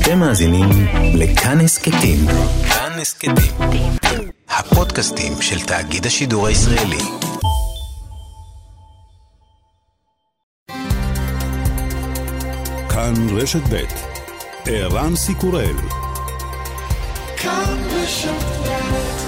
אתם מאזינים לכאן הסכתים. כאן הסכתים, הפודקאסטים של תאגיד השידור הישראלי. כאן רשת ב' ערן סיקורל. כאן רשת ב'.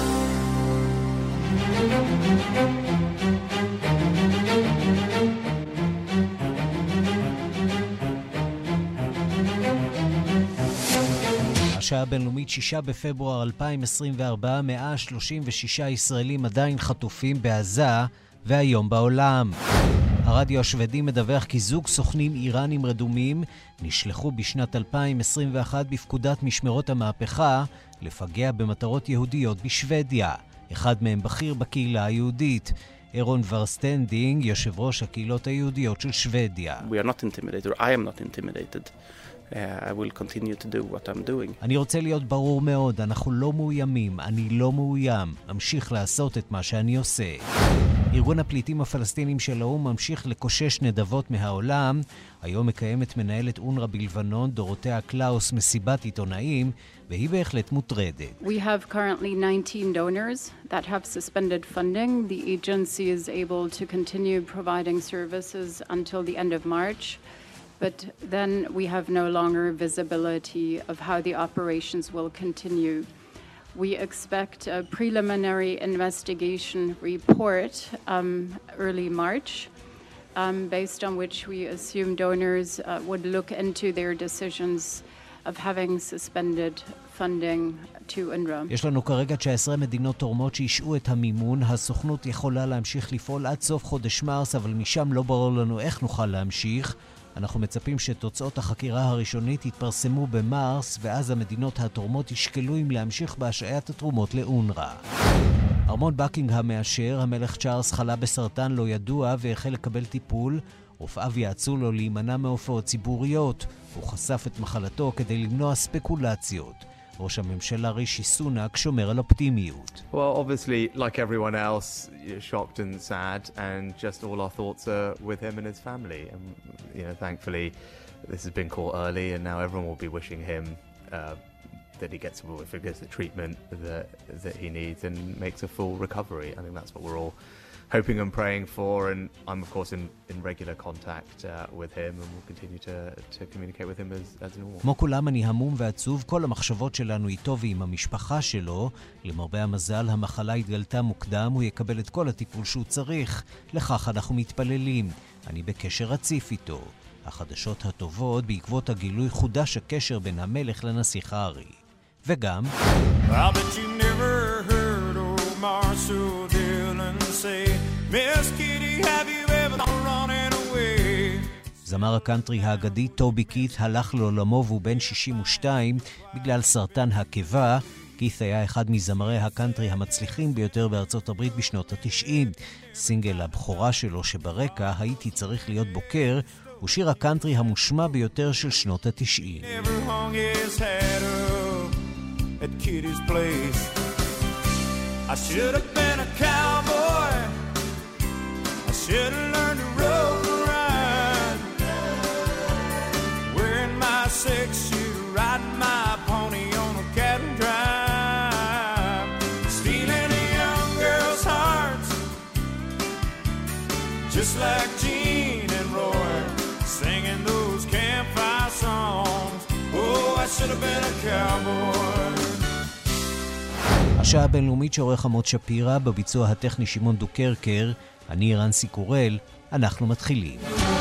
השעה הבינלאומית 6 בפברואר 2024, 136 ישראלים עדיין חטופים בעזה והיום בעולם. הרדיו השוודי מדווח כי זוג סוכנים איראנים רדומים נשלחו בשנת 2021 בפקודת משמרות המהפכה לפגע במטרות יהודיות בשוודיה. אחד מהם בכיר בקהילה היהודית. אירון ורסטנדינג, יושב ראש הקהילות היהודיות של שוודיה. We are not intimidated, or I am not intimidated. I will continue to do what I'm doing. אני רוצה להיות ברור מאוד, אנחנו לא מאוימים, אני לא מאוים. אמשיך לעשות את מה שאני עושה. ארגון הפליטים הפלסטינים של האו"ם ממשיך לקושש נדבות מהעולם. היום מקיימת מנהלת אונר"א בלבנון, דורותיה קלאוס, מסיבת עיתונאים, והיא בהחלט מוטרדת. We have currently 19 donors that have suspended funding. The agency is able to continue providing services until the end of March. But then we have no longer visibility of how the operations will continue. We expect a preliminary investigation report early March, based on which we assume donors would look into their decisions of having suspended funding to UNRWA. יש לנו כרגע 19 מדינות תורמות שישעו את המימון. הסוכנות יכולה להמשיך לפעול עד סוף חודש מרס, אבל משם לא ברור לנו איך נוכל להמשיך. אנחנו מצפים שתוצאות החקירה הראשונית יתפרסמו במרס, ואז המדינות התורמות ישקלו אם להמשיך בהשעיית התרומות לאונר"א. ארמון בקינגהאם מאשר, המלך צ'ארלס חלה בסרטן לא ידוע והחל לקבל טיפול. רופאיו יעצו לו להימנע מהופעות ציבוריות. הוא חשף את מחלתו כדי למנוע ספקולציות. ראש הממשלה רישי סונאק שומר על אופטימיות. Well, obviously, like everyone else, you're shocked and sad, and just all our thoughts are with him and his family. And thankfully, this has been caught early, and now everyone will be wishing him that he gets the treatment that he needs and makes a full recovery. I think that's what we're all hoping and praying for, and I'm of course in regular contact with him, and we'll continue to communicate with him as normal. כמו כולם אני המום ועצוב, כל המחשבות שלנו איתו ועם המשפחה שלו. למרבה המזל המחלה התגלתה מוקדם, הוא יקבל את כל הטיפול שהוא צריך. לכך אנחנו מתפללים. אני בקשר רציף איתו. החדשות הטובות, בעקבות הגילוי חודש הקשר בין המלך לנסיך הארי. וגם I bet you never heard old Marshall Dillon say, Miss Kitty, have you ever running away? זמר הקאנטרי האגדי טובי קית הלך לעולמו והוא בן 62 בגלל סרטן הקיבה. קית' היה אחד מזמרי הקאנטרי המצליחים ביותר בארצות הברית בשנות ה-90. סינגל הבכורה שלו שברקע, הייתי צריך להיות בוקר, הוא שיר הקאנטרי המושמע ביותר של שנות ה-90. Never hung his hat up at Kitty's place. I should have been a cowboy. I should have learned to rope and ride. Wearing my six-shooter, riding my pony on a cattle drive. Stealing a young girl's hearts, just like Gene and Roy, singing those campfire songs. Oh, I should have been a cowboy. השעה הבינלאומית שעורך עמוד שפירא, בביצוע הטכני שמעון דוקרקר. אני ערן סיקורל, אנחנו מתחילים.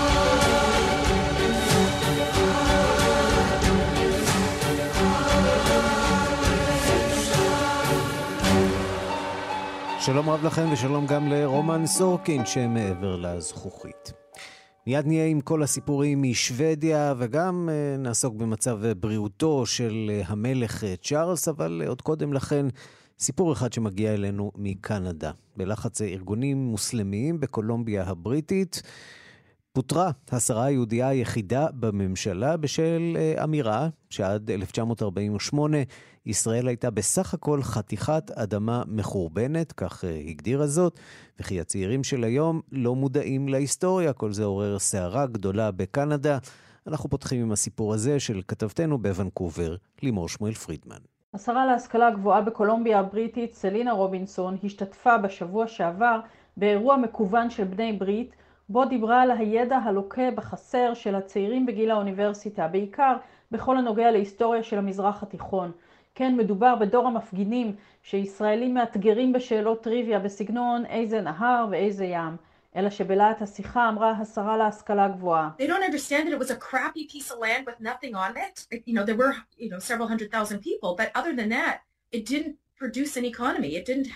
שלום רב לכם ושלום גם לרומן סורקין שמעבר לזכוכית. מיד נהיה עם כל הסיפורים משוודיה וגם נעסוק במצב בריאותו של המלך צ'ארלס, אבל עוד קודם לכן סיפור אחד שמגיע אלינו מקנדה. בלחץ ארגונים מוסלמיים בקולומביה הבריטית פוטרה השרה היהודיה היחידה בממשלה בשל אמירה שעד 1948 ישראל הייתה בסך הכל חתיכת אדמה מחורבנת, כך הגדירה זאת, וכי הצעירים של היום לא מודעים להיסטוריה. כל זה עורר סערה גדולה בקנדה. אנחנו פותחים עם הסיפור הזה של כתבתנו בוונקובר, לימור שמואל פרידמן. השרה להשכלה הגבוהה בקולומביה הבריטית, סלינה רובינסון, השתתפה בשבוע שעבר באירוע מקוון של בני ברית, בו דיברה על הידע הלוקה בחסר של הצעירים בגיל האוניברסיטה, בעיקר בכל הנוגע להיסטוריה של המזרח התיכון. כן, מדובר בדור המפגינים שישראלים מאתגרים בשאלות טריוויה בסגנון איזה נהר ואיזה ים. אלא שבלעת השיחה אמרה השרה להשכלה גבוהה. They don't understand that it was a crappy piece of land with nothing on it. There were, several 100,000 people, but other than that, it didn't produce an economy.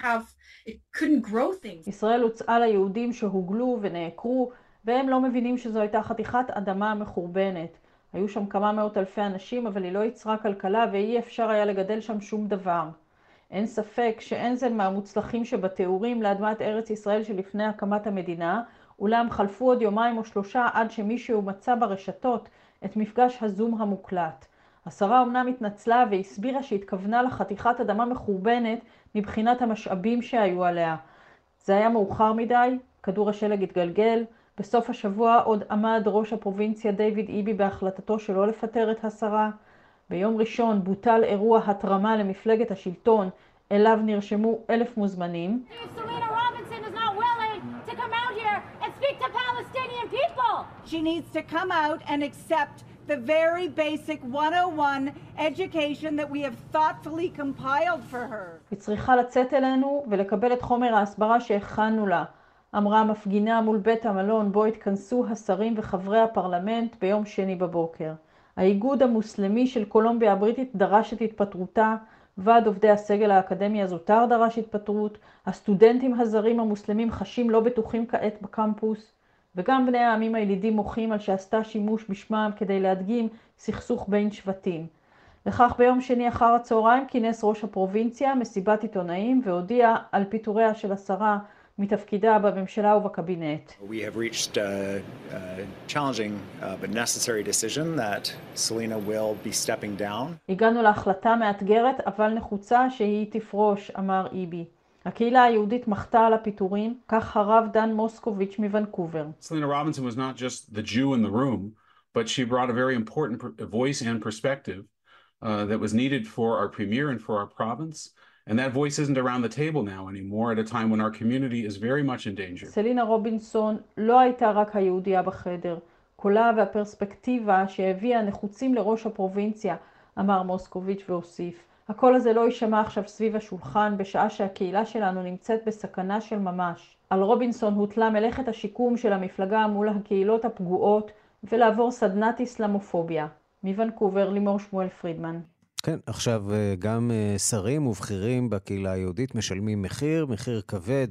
It couldn't grow things. ישראל הוצאה ליהודים שהוגלו ונעקרו, והם לא מבינים שזו הייתה חתיכת אדמה מחורבנת. היו שם כמה מאות אלפי אנשים, אבל היא לא יצרה כלכלה, ואי אפשר היה לגדל שם שום דבר. אין ספק שאין זה מהמוצלחים שבתיאורים לאדמת ארץ ישראל שלפני הקמת המדינה, אולם חלפו עוד יומיים או שלושה עד שמישהו מצא ברשתות את מפגש הזום המוקלט. השרה אומנם התנצלה והסבירה שהתכוונה לחתיכת אדמה מחורבנת מבחינת המשאבים שהיו עליה. זה היה מאוחר מדי, כדור השלג התגלגל. בסוף השבוע עוד עמד ראש הפרובינציה דיוויד איבי בהחלטתו שלא לפטר את השרה. ביום ראשון בוטל אירוע התרמה למפלגת השלטון, אליו נרשמו 1,000 מוזמנים. Selena Robinson is not willing to come out here and speak to Palestinian people. She needs to come out and accept the very basic 101 education that we have thoughtfully compiled for her. היא צריכה לצאת אלינו ולקבל את חומר ההסברה שהכנו לה, אמרה המפגינה מול בית המלון בו התכנסו השרים וחברי הפרלמנט ביום שני בבוקר. האיגוד המוסלמי של קולומביה הבריטית דרש את התפטרותה, ועד עובדי הסגל האקדמי הזוטר דרש התפטרות, הסטודנטים הזרים המוסלמים חשים לא בטוחים כעת בקמפוס, וגם בני העמים הילידים מוחים על שעשתה שימוש בשמם כדי להדגים סכסוך בין שבטים. לכך ביום שני אחר הצהריים כינס ראש הפרובינציה מסיבת עיתונאים והודיע על פיטוריה של השרה מתפקידה בממשלה ובקבינט. We have reached a challenging but necessary decision that Selena will be stepping down. הגענו להחלטה מאתגרת אבל נחוצה שהיא תפרוש, אמר איבי. הקהילה היהודית מחתה על הפיטורים, כך הרב דן מוסקוביץ' מוונקובר. Selena Robinson was not just the Jew in the room, but she brought a very important voice and perspective that was needed for our premier and for our province. And that voice isn't around the table now anymore at a time when our community is very much in danger. סלינה רובינסון לא הייתה רק היהודיה בחדר. קולה והפרספקטיבה שהביאה נחוצים לראש הפרובינציה, אמר מוסקוביץ' והוסיף. הקול הזה לא יישמע עכשיו סביב השולחן בשעה שהקהילה שלנו נמצאת בסכנה של ממש. על רובינסון הוטלה מלאכת השיקום של המפלגה מול הקהילות הפגועות ולעבור סדנת איסלאמופוביה. מוונקובר, לימור שמואל פרידמן. כן, עכשיו גם שרים ובכירים בקהילה היהודית משלמים מחיר כבד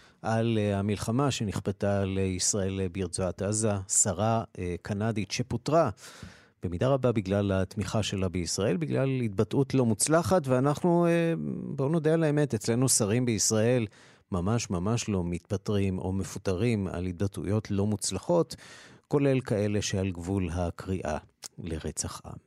על המלחמה שנכפתה לישראל ברצועת עזה, שרה קנדית שפוטרה במידה רבה בגלל התמיכה שלה בישראל, בגלל התבטאות לא מוצלחת, ואנחנו, בואו נודה על האמת, אצלנו שרים בישראל ממש לא מתפטרים או מפוטרים על התבטאויות לא מוצלחות, כולל כאלה שעל גבול הקריאה לרצח עם.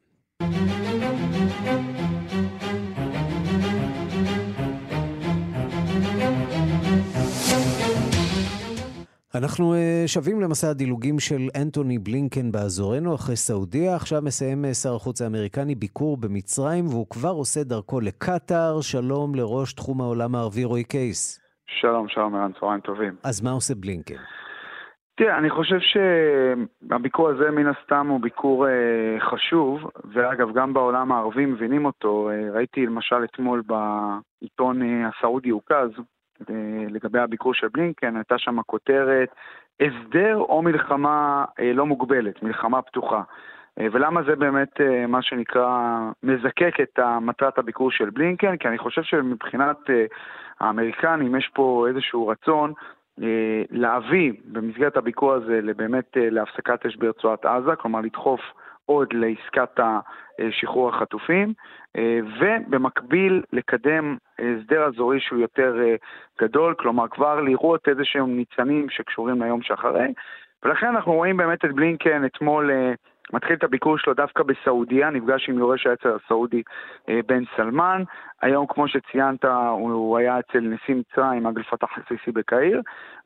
אנחנו שווים למסע הדילוגים של אנטוני בלינקן באזורנו אחרי סעודיה. עכשיו מסיים שר החוץ האמריקני ביקור במצרים והוא כבר עושה דרכו לקטר. שלום לראש תחום העולם הערבי רוי קייס. שלום ערן, צהריים טובים. אז מה עושה בלינקן? תראה, אני חושב שהביקור הזה מן הסתם הוא ביקור חשוב, ואגב גם בעולם הערבי מבינים אותו. ראיתי למשל אתמול בעיתון הסעודי אוקז, לגבי הביקור של בלינקן, הייתה שם כותרת, הסדר או מלחמה לא מוגבלת, מלחמה פתוחה. ולמה זה באמת מה שנקרא מזקק את מטרת הביקור של בלינקן? כי אני חושב שמבחינת האמריקנים יש פה איזשהו רצון להביא במסגרת הביקור הזה באמת להפסקת אש ברצועת עזה, כלומר לדחוף עוד לעסקת שחרור החטופים, ובמקביל לקדם הסדר אזורי שהוא יותר גדול, כלומר כבר לראות איזשהם ניצנים שקשורים ליום שאחרי, ולכן אנחנו רואים באמת את בלינקן אתמול מתחיל את הביקור שלו דווקא בסעודיה, נפגש עם יורש העצר הסעודי בן סלמן. היום, כמו שציינת, הוא היה אצל נשיא מצרים, עבד אל פתאח אל-סיסי בקהיר,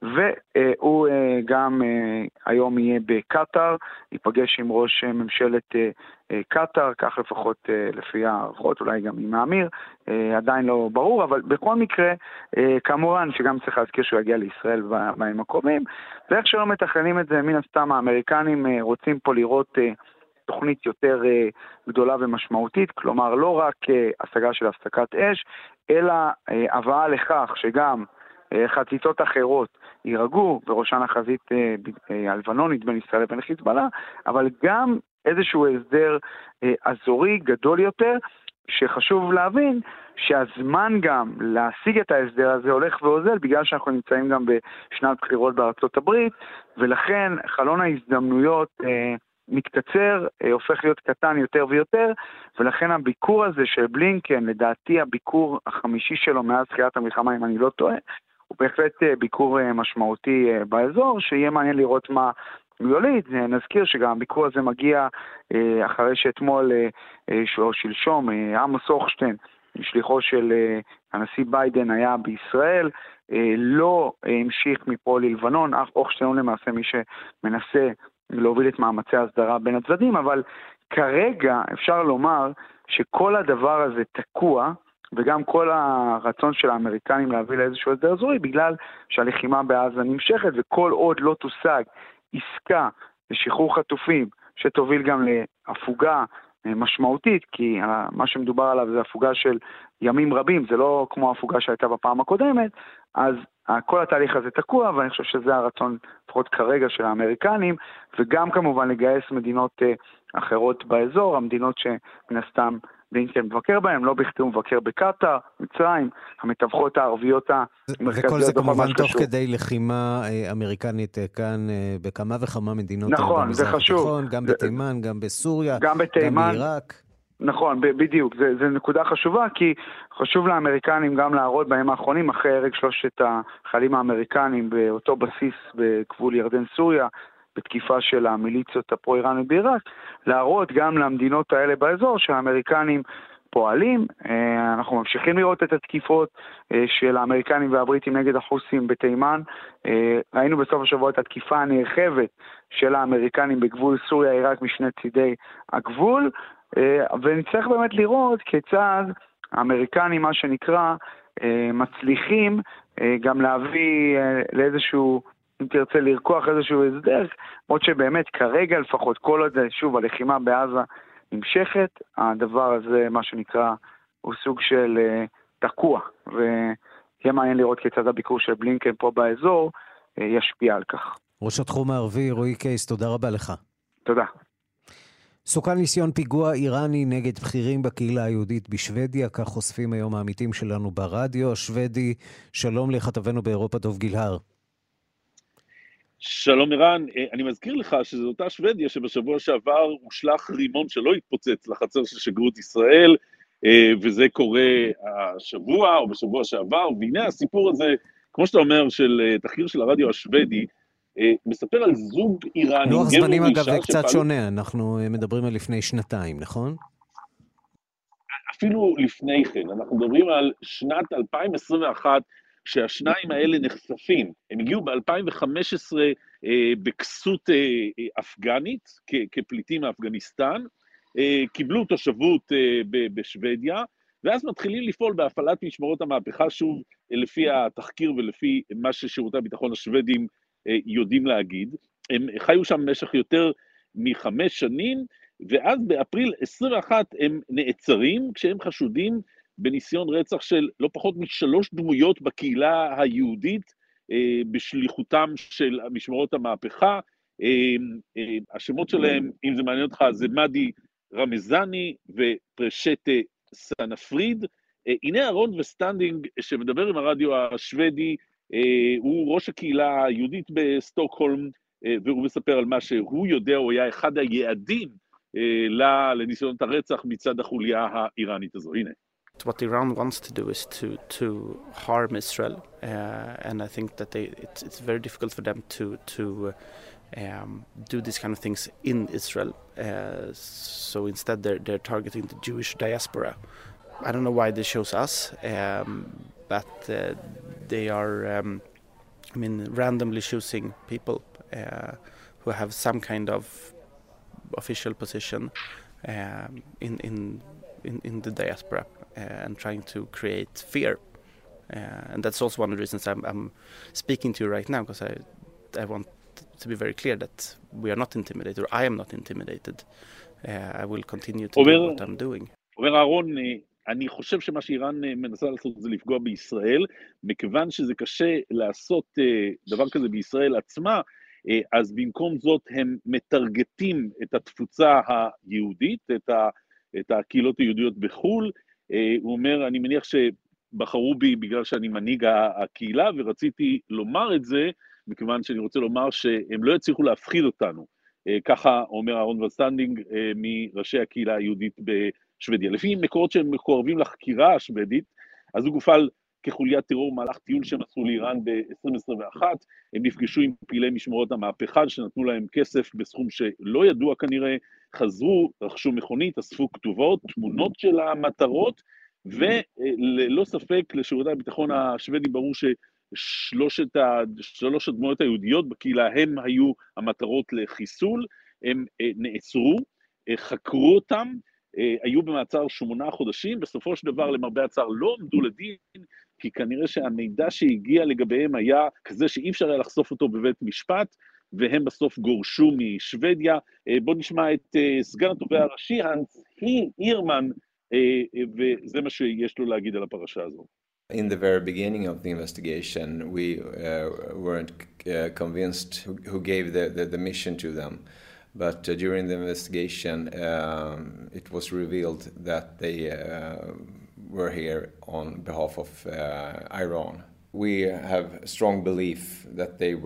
והוא גם היום יהיה בקטר, ייפגש עם ראש ממשלת קטר, כך לפחות לפי הערכות, אולי גם עם האמיר, עדיין לא ברור, אבל בכל מקרה, כמובן שגם צריך להזכיר שהוא יגיע לישראל בימים הקרובים, ואיך שלא מתכננים את זה, מן הסתם האמריקנים רוצים פה לראות תוכנית יותר גדולה ומשמעותית, כלומר לא רק השגה של הפסקת אש, אלא הבאה לכך שגם חזיתות אחרות יירגעו, בראשן החזית הלבנונית בין ישראל לבין חיזבאללה, אבל גם איזשהו הסדר אזורי גדול יותר, שחשוב להבין שהזמן גם להשיג את ההסדר הזה הולך ואוזל, בגלל שאנחנו נמצאים גם בשנת בחירות בארצות הברית, ולכן חלון ההזדמנויות מתקצר, הופך להיות קטן יותר ויותר, ולכן הביקור הזה של בלינקן, לדעתי הביקור החמישי שלו מאז תחילת המלחמה, אם אני לא טועה, הוא בהחלט ביקור משמעותי באזור, שיהיה מעניין לראות מה הוא יוליד. נזכיר שגם הביקור הזה מגיע אחרי שאתמול או שלשום, עמוס הוכשטיין, שליחו של הנשיא ביידן היה בישראל, לא המשיך מפה ללבנון, אף הוכשטיין הוא למעשה מי שמנסה להוביל את מאמצי ההסדרה בין הצדדים, אבל כרגע אפשר לומר שכל הדבר הזה תקוע, וגם כל הרצון של האמריקנים להביא לאיזשהו הסדר אזורי, בגלל שהלחימה בעזה נמשכת, וכל עוד לא תושג עסקה לשחרור חטופים, שתוביל גם להפוגה משמעותית, כי מה שמדובר עליו זה הפוגה של ימים רבים, זה לא כמו הפוגה שהייתה בפעם הקודמת, אז כל התהליך הזה תקוע, ואני חושב שזה הרצון לפחות כרגע של האמריקנים, וגם כמובן לגייס מדינות אחרות באזור, המדינות שמן הסתם בלינקן מבקר בהם, לא בכתוב מבקר בקטר, מצרים, המתווכות הערביות המרכזיות. וכל זה כמובן תוך כדי לחימה אמריקנית כאן בכמה וכמה מדינות. נכון, זה חשוב. גם בתימן, גם בסוריה, גם בעיראק. נכון, בדיוק, זה נקודה חשובה, כי חשוב לאמריקנים גם להראות בימים האחרונים, אחרי הרג 3 החיילים האמריקנים באותו בסיס בגבול ירדן-סוריה, בתקיפה של המיליציות הפרו-איראניות בעיראק, להראות גם למדינות האלה באזור שהאמריקנים פועלים. אנחנו ממשיכים לראות את התקיפות של האמריקנים והבריטים נגד החוסים בתימן. ראינו בסוף השבוע את התקיפה הנרחבת של האמריקנים בגבול סוריה-עיראק משני צידי הגבול, ונצטרך באמת לראות כיצד האמריקנים, מה שנקרא, מצליחים גם להביא לאיזשהו, אם תרצה לרקוח איזשהו הסדר, עוד שבאמת כרגע לפחות כל עוד שוב הלחימה בעזה נמשכת, הדבר הזה מה שנקרא הוא סוג של תקוע, ויהיה מעניין לראות כיצד הביקור של בלינקן פה באזור ישפיע על כך. ראש התחום הערבי רועי קייס, תודה רבה לך. תודה. סוכן ניסיון פיגוע איראני נגד בכירים בקהילה היהודית בשוודיה, כך חושפים היום העמיתים שלנו ברדיו השוודי. שלום לכתבנו באירופה דוב גילהר. שלום ערן, אני מזכיר לך שזו אותה שוודיה שבשבוע שעבר הושלח רימון שלא התפוצץ לחצר של שגרירות ישראל, וזה קורה השבוע או בשבוע שעבר, והנה הסיפור הזה, כמו שאתה אומר, של תחקיר של הרדיו השוודי, מספר על זוג איראני. לוח זמנים אגב קצת שונה, אנחנו מדברים על לפני שנתיים, נכון? אפילו לפני כן, אנחנו מדברים על שנת 2021, שהשניים האלה נחשפים. הם הגיעו ב-2015 בכסות אפגנית, כפליטים מאפגניסטן, קיבלו תושבות בשוודיה, ואז מתחילים לפעול בהפעלת משמרות המהפכה, שוב לפי התחקיר ולפי מה ששירותי הביטחון השוודים יודעים להגיד. הם חיו שם במשך יותר מ5 שנים, ואז באפריל 21 הם נעצרים, כשהם חשודים בניסיון רצח של לא פחות מ3 דמויות בקהילה היהודית, בשליחותם של משמרות המהפכה. השמות שלהם, אם זה מעניין אותך, זה מדי רמזני ופרשט סנפריד. הנה אהרון וסטנדינג שמדבר עם הרדיו השוודי, הוא ראש הקהילה היהודית בסטוקהולם, והוא מספר על מה שהוא יודע, הוא היה אחד היעדים לניסיונות הרצח מצד החוליה האיראנית הזו. הנה. What Iran wants to do is to harm Israel, and I think that it's very difficult for them to do these kind of things in Israel. So instead they're targeting the Jewish diaspora. I don't know why they chose us, but they are randomly choosing people who have some kind of official position in the diaspora and trying to create fear. And that's also one of the reasons I'm speaking to you right now, because I want to be very clear that we are not intimidated, or I am not intimidated. I will continue to do what I'm doing. אומר אהרון, אני חושב שמה שאיראן מנסה לעשות זה לפגוע בישראל, מכיוון שזה קשה לעשות דבר כזה בישראל עצמה, אז במקום זאת הם מטרגטים את התפוצה היהודית, את הקהילות היהודיות בחול. הוא אומר, אני מניח שבחרו בי בגלל שאני מנהיג הקהילה, ורציתי לומר את זה, מכיוון שאני רוצה לומר שהם לא יצליחו להפחיד אותנו. ככה אומר אהרון וסטנדינג מראשי הקהילה היהודית בשוודיה. לפי מקורות שהם מקורבים לחקירה השוודית, אז הוא גופל כחוליית טרור מהלך טיול שהם עשו לאיראן ב-2021, הם נפגשו עם פעילי משמרות המהפכה שנתנו להם כסף בסכום שלא ידוע כנראה, חזרו, רכשו מכונית, אספו כתובות, תמונות של המטרות, וללא ספק לשירותי הביטחון השוודי ברור שלוש הדמויות היהודיות בקהילה הם היו המטרות לחיסול, הם נעצרו, חקרו אותם, היו במעצר 8 חודשים, בסופו של דבר למרבה הצער לא עמדו לדין, כי כנראה שהמידע שהגיע לגביהם היה כזה שאי אפשר היה לחשוף אותו בבית משפט, והם בסוף גורשו משוודיה. בוא נשמע את סגן התובע הראשי, הנס הירמן, וזה מה שיש לו להגיד על הפרשה הזו. In the very beginning of the investigation, we weren't convinced who gave the mission to them. But during the investigation, it was revealed that they were here on behalf of Iran. We have strong belief that they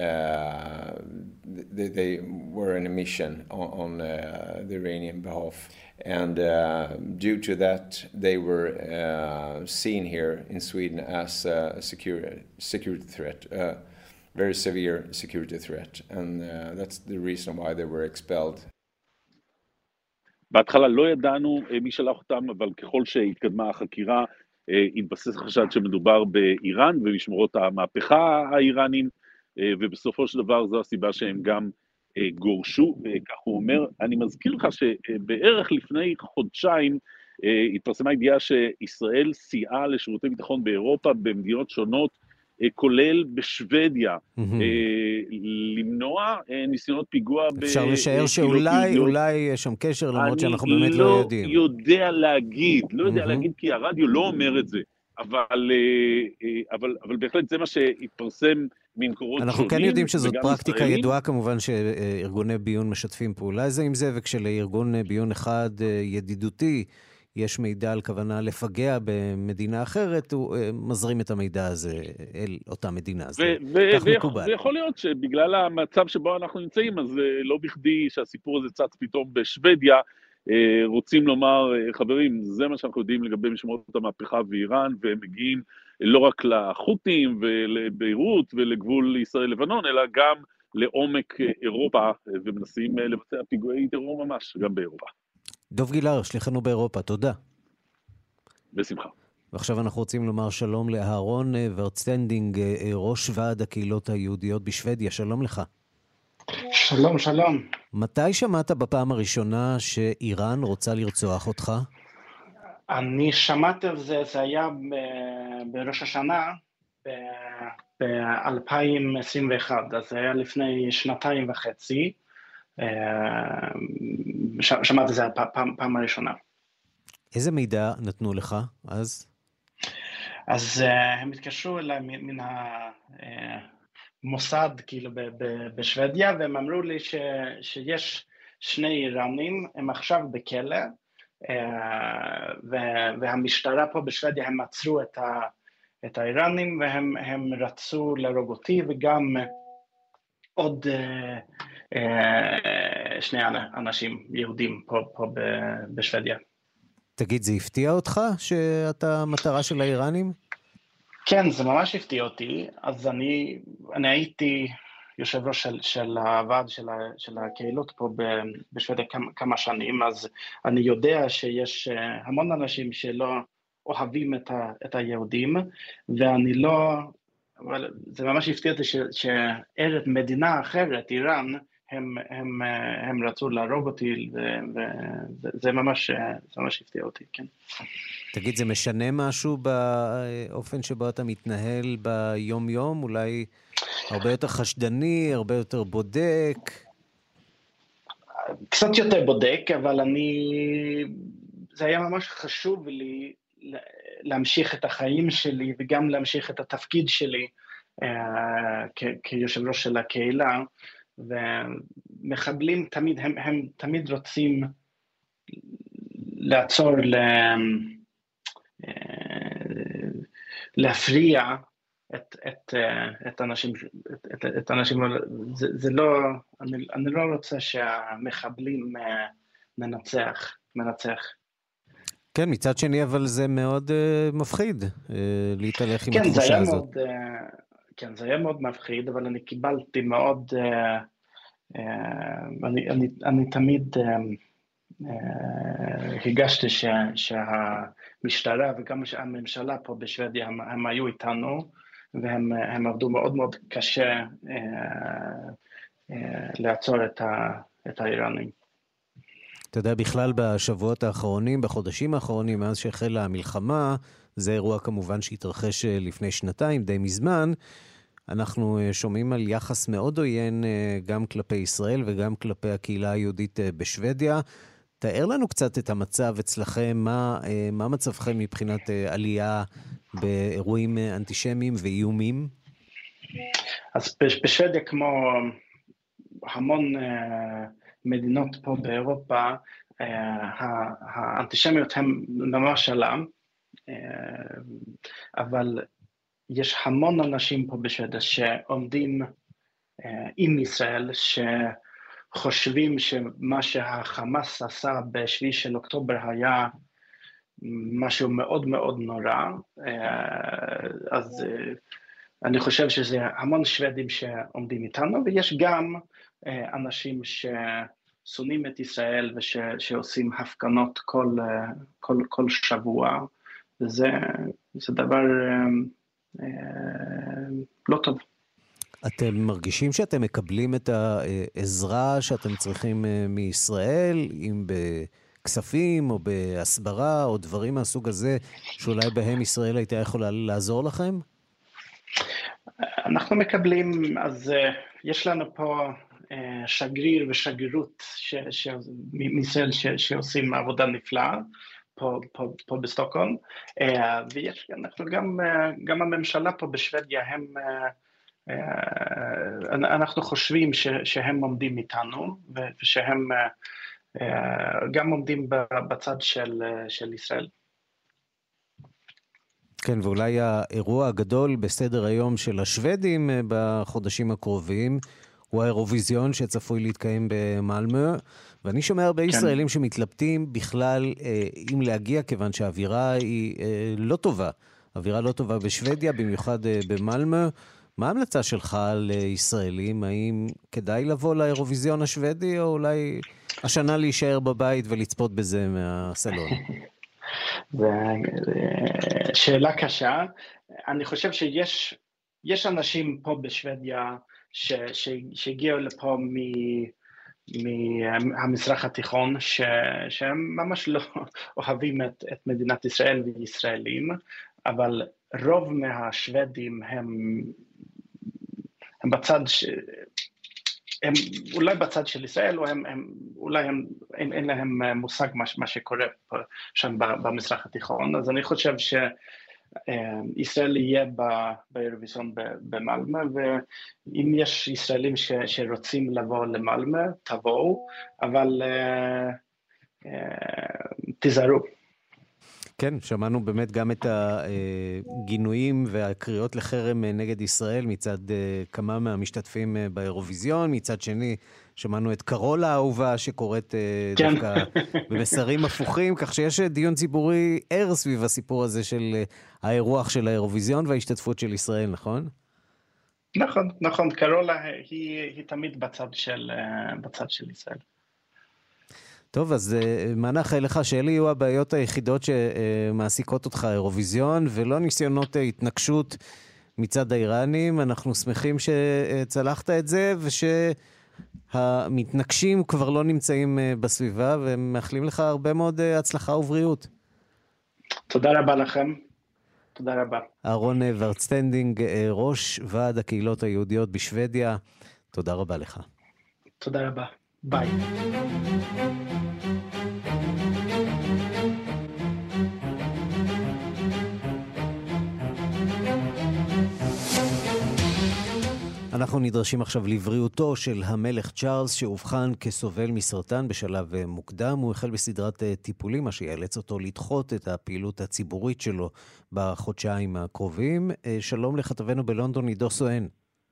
were in a mission on the Iranian behalf, and due to that, they were seen here in Sweden as a security threat. Very severe security threat, and that's the reason why they were expelled. בהתחלה לא ידענו מי שלח אותם, אבל ככל שהתקדמה החקירה, התבסס חשד שמדובר באיראן ומשמרות המהפכה האיראנים, ובסופו של דבר זו הסיבה שהם גם גורשו, כך הוא אומר. אני מזכיר לך שבערך לפני חודשיים התפרסמה ידיעה שישראל סייעה לשירותי ביטחון באירופה במדינות שונות, כולל בשוודיה, למנוע ניסיונות פיגוע אפשר לשער שאולי יש שם קשר, למרות שאנחנו באמת לא יודעים. אני לא יודע להגיד, כי הרדיו לא אומר את זה, אבל בהחלט זה מה שהתפרסם ממקורות שונים. אנחנו כן יודעים שזאת פרקטיקה ידועה, כמובן שארגוני ביון משתפים פעולה זה עם זה, וכשלארגון ביון אחד ידידותי, יש מידע על כוונה לפגע במדינה אחרת, הוא מזרים את המידע הזה אל אותה מדינה. כך מקובל. ויכול להיות שבגלל המצב שבו אנחנו נמצאים, אז לא בכדי שהסיפור הזה צץ פתאום בשוודיה, רוצים לומר, חברים, זה מה שאנחנו יודעים לגבי משמרות המהפכה ואיראן, והם מגיעים לא רק לחות'ים ולביירות ולגבול ישראל-לבנון, אלא גם לעומק אירופה, ומנסים לבצע פיגועי טרור ממש, גם באירופה. דוב גילהר, שליחנו באירופה, תודה. בשמחה. ועכשיו אנחנו רוצים לומר שלום לאהרון ורטסטנדינג, ראש ועד הקהילות היהודיות בשוודיה. שלום לך. שלום, שלום. מתי שמעת בפעם הראשונה שאיראן רוצה לרצוח אותך? אני שמעתי על זה, זה היה בראש השנה, ב-2021, אז זה היה לפני 2.5 שמעתי זה פעם הראשונה. איזה מידע נתנו לך אז? אז הם התקשרו אליי מן המוסד כאילו בשוודיה, והם אמרו לי שיש 2 איראנים, הם עכשיו בכלא, והמשטרה פה בשוודיה הם עצרו את האיראנים, והם רצו להרוג אותי, וגם עוד 2 אנשים יהודים פה בשוודיה. תגיד, זה הפתיע אותך שאתה מטרה של האיראנים? כן, זה ממש הפתיע אותי. אז אני הייתי יושב ראש של הוועד של הקהילות פה בשוודיה כמה שנים, אז אני יודע שיש המון אנשים שלא אוהבים את היהודים, ואני לא, אבל זה ממש הפתיע אותי שערב מדינה אחרת, איראן, הם רצו להרוג אותי, וזה ממש הפתיע אותי, כן. תגיד, זה משנה משהו באופן שבו אתה מתנהל ביום יום? אולי הרבה יותר חשדני, הרבה יותר בודק? קצת יותר בודק, אבל זה היה ממש חשוב לי להמשיך את החיים שלי, וגם להמשיך את התפקיד שלי כיושב ראש של הקהילה, ומחבלים תמיד, הם תמיד רוצים לעצור, להפריע את אנשים, זה לא, אני לא רוצה שהמחבלים מנצח. כן, מצד שני, אבל זה מאוד מפחיד להתהלך עם התחושה הזאת. כן, זה היה מאוד מפחיד, אבל אני קיבלתי מאוד, אני תמיד הגשתי שהמשטרה וגם הממשלה פה בשוודיה, הם היו איתנו, והם עבדו מאוד מאוד קשה לעצור את האיראנים. אתה יודע, בכלל בשבועות האחרונים, בחודשים האחרונים, מאז שהחלה המלחמה, זה אירוע כמובן שהתרחש לפני שנתיים, די מזמן, אנחנו שומעים על יחס מאוד עוין גם כלפי ישראל וגם כלפי הקהילה היהודית בשוודיה. תאר לנו קצת את המצב אצלכם, מה מצבכם מבחינת עלייה באירועים אנטישמיים ואיומים? אז בשוודיה, כמו המון מדינות פה באירופה, האנטישמיות הם ממש עלה, אבל יש המון אנשים פה בשוודיה שעומדים עם ישראל, שחושבים שמה שהחמאס עשה ב7 של אוקטובר היה משהו מאוד מאוד נורא, אז אני חושב שזה המון שוודים שעומדים איתנו, ויש גם אנשים ששונאים את ישראל ושעושים הפגנות כל שבוע, וזה דבר לא טוב. אתם מרגישים שאתם מקבלים את העזרה שאתם צריכים מישראל, אם בכספים או בהסברה או דברים מהסוג הזה, שאולי בהם ישראל הייתה יכולה לעזור לכם? אנחנו מקבלים, אז יש לנו פה שגריר ושגרירות מישראל שעושים עבודה נפלאה, פה בסטוקהולם, ואנחנו גם הממשלה פה בשוודיה, אנחנו חושבים שהם עומדים איתנו, ושהם גם עומדים בצד של ישראל. כן, ואולי האירוע הגדול בסדר היום של השוודים בחודשים הקרובים, הוא האירוויזיון שצפוי להתקיים במלמה, ואני שומע הרבה ישראלים שמתלבטים בכלל אם להגיע, כיוון שהאווירה היא לא טובה. אווירה לא טובה בשוודיה, במיוחד במלמה. מה ההמלצה שלך לישראלים? האם כדאי לבוא לאירוויזיון השוודי, או אולי השנה להישאר בבית ולצפות בזה מהסלון? שאלה קשה. אני חושב שיש אנשים פה בשוודיה שהגיעו לפה מהמזרח התיכון, שהם ממש לא אוהבים את מדינת ישראל וישראלים, אבל רוב מהשוודים הם בצד הם אולי בצד של ישראל, או אולי אין להם מושג מה שקורה שם במזרח התיכון. אז אני חושב שישראל יהיה באירוויזיון במלמה, ואם יש ישראלים שרוצים לבוא למלמה, תבואו, אבל תיזהרו. כן, שמענו באמת גם את הגינויים והקריאות לחרם נגד ישראל מצד כמה מהמשתתפים באירוויזיון, מצד שני שמענו את קרול האהובה שקוראת דווקא במסרים הפוכים, כך שיש דיון ציבורי ער סביב הסיפור הזה של האירוח של האירוויזיון וההשתתפות של ישראל, נכון? נכון, קרולה היא תמיד בצד של ישראל. טוב, אז מה נאחל לך שאלה יהיו הבעיות היחידות שמעסיקות אותך, אירוויזיון, ולא ניסיונות התנגשות מצד האיראנים. אנחנו שמחים שצלחת את זה, ושהמתנגשים כבר לא נמצאים בסביבה, ומאחלים לך הרבה מאוד הצלחה ובריאות. תודה רבה לכם. תודה רבה. אהרון ורצטנדינג, ראש ועד הקהילות היהודיות בשוודיה, תודה רבה לך. תודה רבה. ביי. אנחנו נדרשים עכשיו לבריאותו של המלך צ'ארלס, שאובחן כסובל מסרטן בשלב מוקדם. הוא החל בסדרת טיפולים, מה שיאלץ אותו לדחות את הפעילות הציבורית שלו בחודשיים הקרובים. שלום לכתבנו בלונדון, עידו סואן.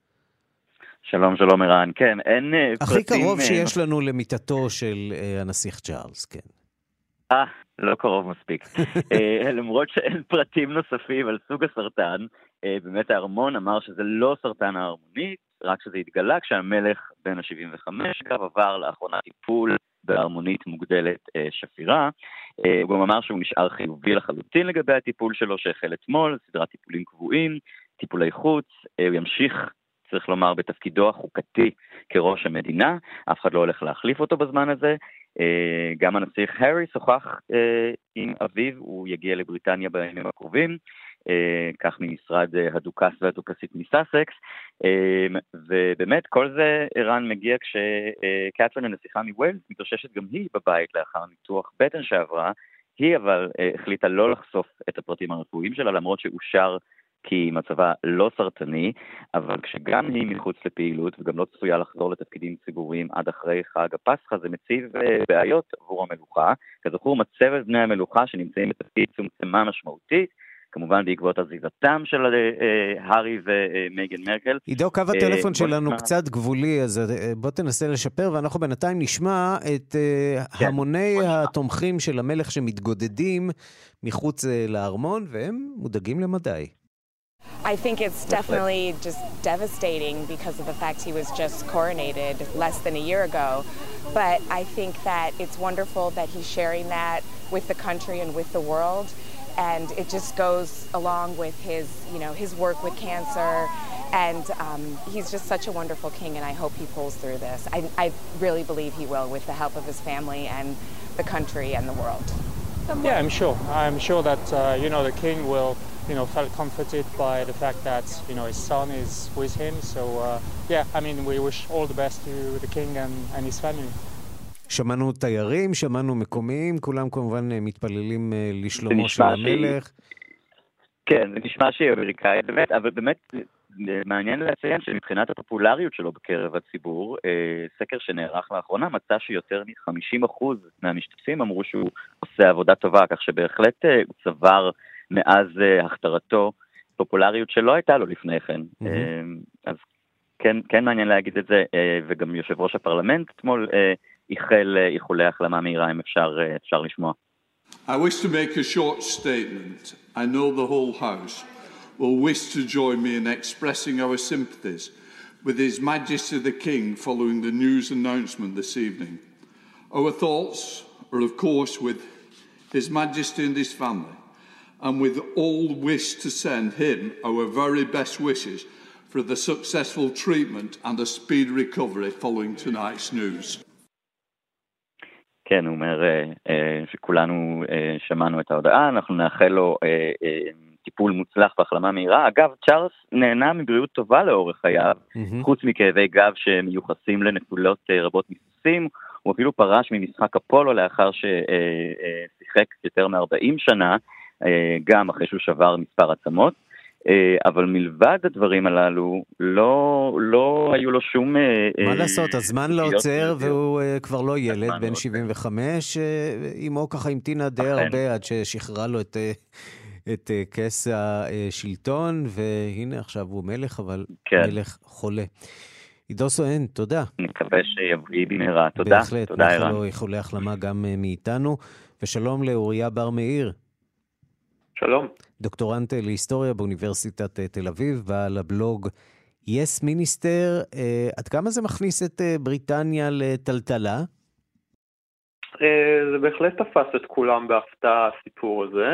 שלום ערן. כן, אין הכי קרוב שיש לנו למיטתו של הנסיך צ'ארלס, כן. לא קרוב מספיק. למרות שאין פרטים נוספים על סוג הסרטן, באמת הארמון אמר שזה לא סרטן ההרמונית, רק שזה התגלה כשהמלך בן ה-75 אגב עבר לאחרונה טיפול בהרמונית מוגדלת שפירה. הוא גם אמר שהוא נשאר חיובי לחלוטין לגבי הטיפול שלו שהחל אתמול, סדרת טיפולים קבועים, טיפולי חוץ. הוא ימשיך, צריך לומר, בתפקידו החוקתי כראש המדינה, אף אחד לא הולך להחליף אותו בזמן הזה. גם הנסיך הארי שוחח עם אביו, הוא יגיע לבריטניה בימים הקרובים, כך ממשרד הדוכס והדוכסית מסאסקס, ובאמת כל זה ערן מגיע כשקתרין הנסיכה מווילס מתאוששת גם היא בבית לאחר ניתוח בטן שעברה. היא אבל החליטה לא לחשוף את הפרטים הרפואיים שלה, למרות שאושר כי מצבה לא סרטני, אבל כשגם היא מחוץ לפעילות וגם לא צפויה לחזור לתפקידים ציבוריים עד אחרי חג הפסחא, זה מציב בעיות עבור המלוכה. כזכור, מצבת בני המלוכה שנמצאים בתפקיד צומצמה משמעותית, כמובן בעקבות עזיבתם של הארי ומייגן מרקל. עידו, קו הטלפון שלנו קצת גבולי, אז בוא תנסה לשפר, ואנחנו בינתיים נשמע את המוני התומכים של המלך שמתגודדים מחוץ לארמון, והם מודאגים למדי. I think it's definitely just devastating because of the fact he was just coronated less than a year ago. But I think that it's wonderful that he's sharing that with the country and with the world. And it just goes along with his work with cancer. And he's just such a wonderful king, and I hope he pulls through this. I really believe he will, with the help of his family and the country and the world. Yeah, I'm sure. I'm sure that, the king will, felt comforted by the fact that, his son is with him. So, we wish all the best to the king and his family. שמענו תיירים, שמענו מקומיים, כולם כמובן מתפללים לשלומו של המלך. כן, זה נשמע שהיא אמריקאית, באמת, אבל באמת מעניין לציין שמבחינת הפופולריות שלו בקרב הציבור, סקר שנערך לאחרונה מצא שיותר מ-50% מהמשתתפים אמרו שהוא עושה עבודה טובה, כך שבהחלט הוא צבר מאז הכתרתו פופולריות שלא הייתה לו לפני כן. אז כן מעניין להגיד את זה, וגם יושב ראש הפרלמנט אתמול איחל איחולי החלמה מהירה, אם אפשר לשמוע. I wish to make a short statement. I know the whole House will wish to join me in expressing our sympathies with His Majesty the King following the news announcement this evening. Our thoughts are of course with His Majesty and his family, and with all wish to send him our very best wishes for the successful treatment and a speedy recovery following tonight's news. כן, הוא אומר שכולנו שמענו את ההודעה, אנחנו נאחל לו טיפול מוצלח והחלמה מהירה. אגב, צ'ארלס נהנה מבריאות טובה לאורך חייו, חוץ מכאבי גב שמיוחסים לנטולות רבות מסוסים. הוא אפילו פרש ממשחק אפולו לאחר ששיחק יותר מ-40 שנה, גם אחרי שהוא שבר מספר עצמות. אבל מלבד הדברים הללו, לא היו לו שום... מה לעשות, הזמן לא עוצר, והוא כבר לא ילד, בן 75, אמו ככה המתינה די הרבה, עד ששחררה לו את כס השלטון, והנה עכשיו הוא מלך, אבל מלך חולה. עידו סואן, תודה. נקווה שיבריא במהרה, תודה. בהחלט, נאחל לו איחולי החלמה גם מאיתנו, ושלום לאוריה בר מאיר. שלום. דוקטורנט להיסטוריה באוניברסיטת תל אביב, בעל הבלוג יס מיניסטר, עד כמה זה מכניס את בריטניה לטלטלה? זה בהחלט תפס את כולם בהפתעה הסיפור הזה,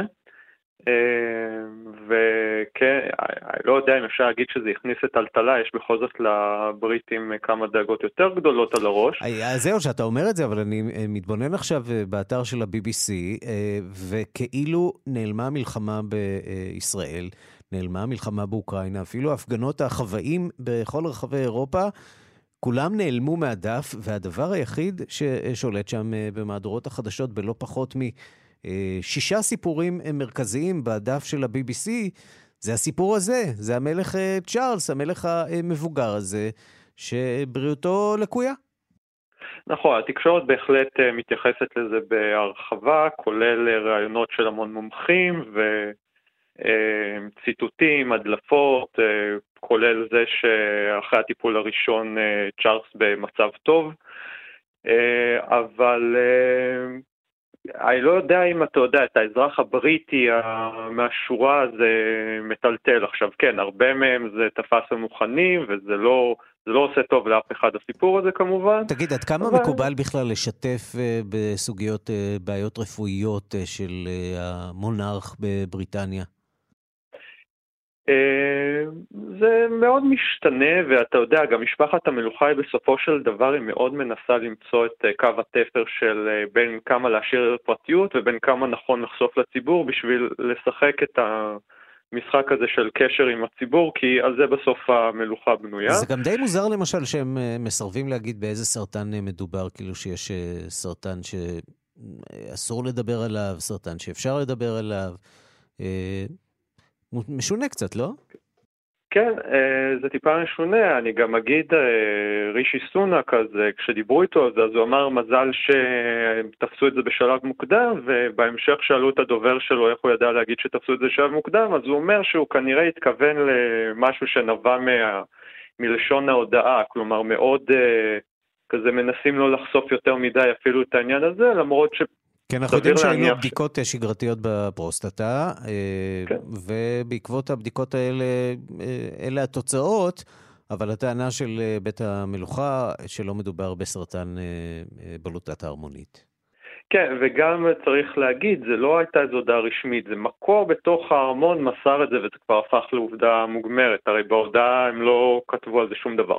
וכן, אני לא יודע אם אפשר להגיד שזה הכניס את טלטלה, יש בכל זאת לבריטים כמה דאגות יותר גדולות על הראש. זהו שאתה אומר את זה, אבל אני מתבונן עכשיו באתר של ה-BBC, וכאילו נעלמה מלחמה בישראל, נעלמה מלחמה באוקראינה, אפילו הפגנות החוואים בכל רחבי אירופה, כולם נעלמו מהדף, והדבר היחיד ששולט שם במהדורות החדשות בלא פחות מ6 סיפורים מרכזיים בדף של ה-BBC, זה הסיפור הזה, זה המלך צ'ארלס, המלך המבוגר הזה, שבריאותו לקויה. נכון, התקשורת בהחלט מתייחסת לזה בהרחבה, כולל רעיונות של המון מומחים ציטוטים, הדלפות, כולל זה שאחרי הטיפול הראשון צ'ארלס במצב טוב, אבל אני לא יודע אם אתה יודע, את האזרח הבריטי מהשורה זה מטלטל עכשיו, כן, הרבה מהם זה תפס המוכנים, וזה לא עושה טוב לאף אחד הסיפור הזה כמובן. תגיד, עד כמה מקובל בכלל לשתף בסוגיות בעיות רפואיות של המונרך בבריטניה? זה מאוד משתנה, ואתה יודע, גם משפחת המלוכה היא בסופו של דבר היא מאוד מנסה למצוא את קו התפר של בין כמה להשאיר פרטיות ובין כמה נכון לחשוף לציבור בשביל לשחק את המשחק הזה של קשר עם הציבור, כי על זה בסוף המלוכה בנויה. זה גם די מוזר למשל שהם מסרבים להגיד באיזה סרטן מדובר, כאילו שיש סרטן שאסור לדבר עליו, סרטן שאפשר לדבר עליו. משונה קצת, לא? כן, זה טיפה משונה. אני גם אגיד, רישי סונאק, אז כשדיברו איתו, אז הוא אמר מזל שתפסו את זה בשלב מוקדם, ובהמשך שאלו את הדובר שלו איך הוא ידע להגיד שתפסו את זה בשלב מוקדם, אז הוא אומר שהוא כנראה התכוון למשהו שנבע מלשון ההודעה, כלומר מאוד כזה מנסים לא לחשוף יותר מדי אפילו את העניין הזה, למרות ש... כן, אנחנו יודעים שהיו בדיקות שגרתיות בפרוסטטה, ובעקבות הבדיקות האלה, אלה התוצאות, אבל הטענה של בית המלוכה שלא מדובר בסרטן בלוטת ההרמונית. כן, וגם צריך להגיד, זה לא הייתה איזו הודעה רשמית, זה מקור בתוך הארמון מסר את זה, וזה כבר הפך לעובדה מוגמרת, הרי בהודעה הם לא כתבו על זה שום דבר.